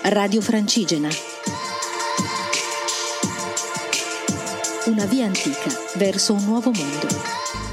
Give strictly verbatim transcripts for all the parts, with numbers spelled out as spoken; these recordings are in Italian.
Radio Francigena. Una via antica verso un nuovo mondo.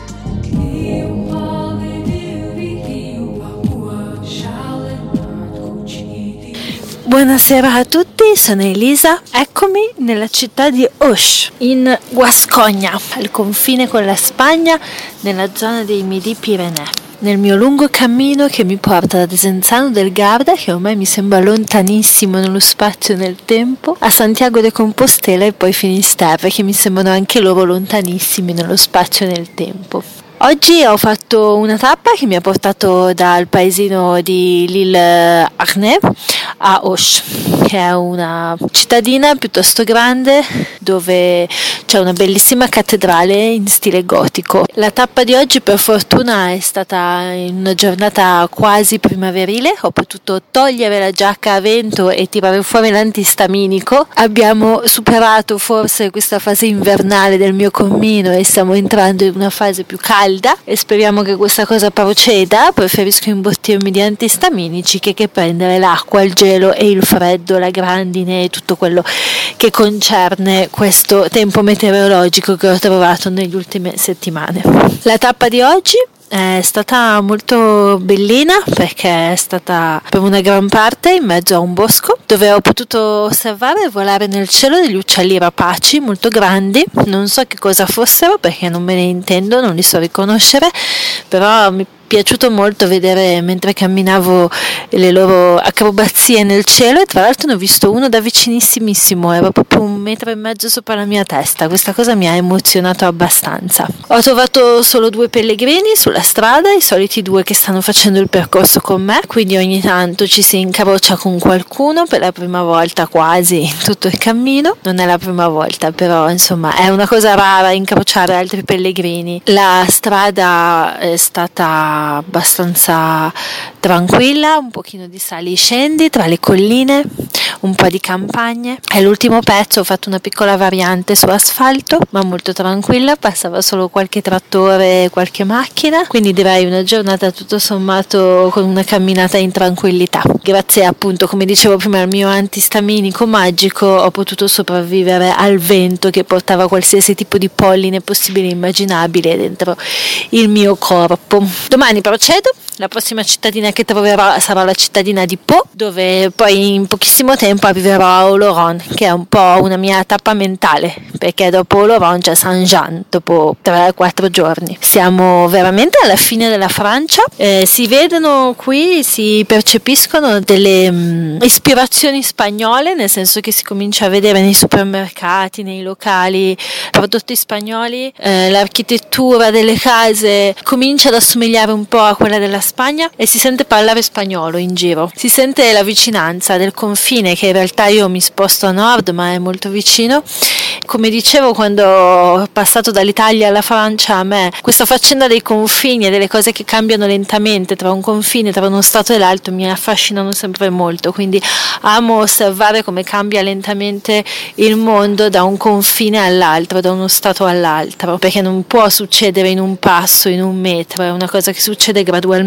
Buonasera a tutti, sono Elisa. Eccomi nella città di Auch, in Guascogna, al confine con la Spagna, nella zona dei Midi-Pirenei. Nel mio lungo cammino che mi porta da Desenzano del Garda, che ormai mi sembra lontanissimo nello spazio e nel tempo, a Santiago de Compostela e poi Finisterre, che mi sembrano anche loro lontanissimi nello spazio e nel tempo. Oggi ho fatto una tappa che mi ha portato dal paesino di L'Isle-Arnay a Auch, che è una cittadina piuttosto grande dove c'è una bellissima cattedrale in stile gotico. La tappa di oggi per fortuna è stata in una giornata quasi primaverile, ho potuto togliere la giacca a vento e tirare fuori l'antistaminico. Abbiamo superato forse questa fase invernale del mio cammino e stiamo entrando in una fase più calda e speriamo che questa cosa proceda. Preferisco imbottirmi di antistaminici che, che prendere l'acqua, il gelo e il freddo, la grandine e tutto quello che concerne questo tempo meteorologico che ho trovato negli ultime settimane. La tappa di oggi è stata molto bellina perché è stata per una gran parte in mezzo a un bosco dove ho potuto osservare e volare nel cielo degli uccelli rapaci molto grandi. Non so che cosa fossero perché non me ne intendo, non li so riconoscere, però mi è piaciuto molto vedere mentre camminavo le loro acrobazie nel cielo, e tra l'altro ne ho visto uno da vicinissimo, era proprio un metro e mezzo sopra la mia testa. Questa cosa mi ha emozionato abbastanza. Ho trovato solo due pellegrini sulla strada, i soliti due che stanno facendo il percorso con me, quindi ogni tanto ci si incrocia con qualcuno per la prima volta quasi in tutto il cammino. Non è la prima volta, però insomma è una cosa rara incrociare altri pellegrini. La strada è stata abbastanza tranquilla, un pochino di sali e scendi tra le colline, un po' di campagne, e l'ultimo pezzo ho fatto una piccola variante su asfalto ma molto tranquilla, passava solo qualche trattore e qualche macchina, quindi direi una giornata tutto sommato con una camminata in tranquillità. Grazie appunto, come dicevo prima, al mio antistaminico magico ho potuto sopravvivere al vento che portava qualsiasi tipo di polline possibile e immaginabile dentro il mio corpo. Domani procedo. La prossima cittadina che troverò sarà la cittadina di Pau, dove poi in pochissimo tempo arriverò a Oloron, che è un po' una mia tappa mentale, perché dopo Oloron c'è Saint-Jean, dopo tre quattro giorni. Siamo veramente alla fine della Francia, eh, si vedono qui, si percepiscono delle mh, ispirazioni spagnole, nel senso che si comincia a vedere nei supermercati, nei locali, prodotti spagnoli, eh, l'architettura delle case comincia ad assomigliare un po' a quella della Spagna e si sente parlare spagnolo in giro, si sente la vicinanza del confine, che in realtà io mi sposto a nord ma è molto vicino. Come dicevo, quando ho passato dall'Italia alla Francia, a me questa faccenda dei confini e delle cose che cambiano lentamente tra un confine, tra uno stato e l'altro, mi affascinano sempre molto, quindi amo osservare come cambia lentamente il mondo da un confine all'altro, da uno stato all'altro, perché non può succedere in un passo, in un metro, è una cosa che succede gradualmente,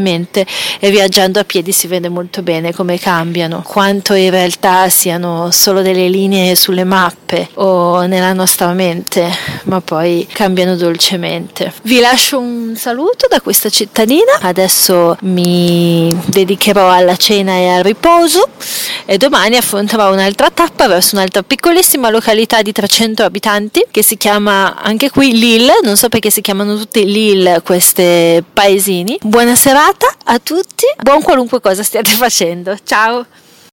e viaggiando a piedi si vede molto bene come cambiano, quanto in realtà siano solo delle linee sulle mappe o nella nostra mente, ma poi cambiano dolcemente. Vi lascio un saluto da questa cittadina, adesso mi dedicherò alla cena e al riposo e domani affronterò un'altra tappa verso un'altra piccolissima località di trecento abitanti che si chiama anche qui Lille, non so perché si chiamano tutti Lille queste paesini. Buona serata a tutti, buon qualunque cosa stiate facendo, ciao!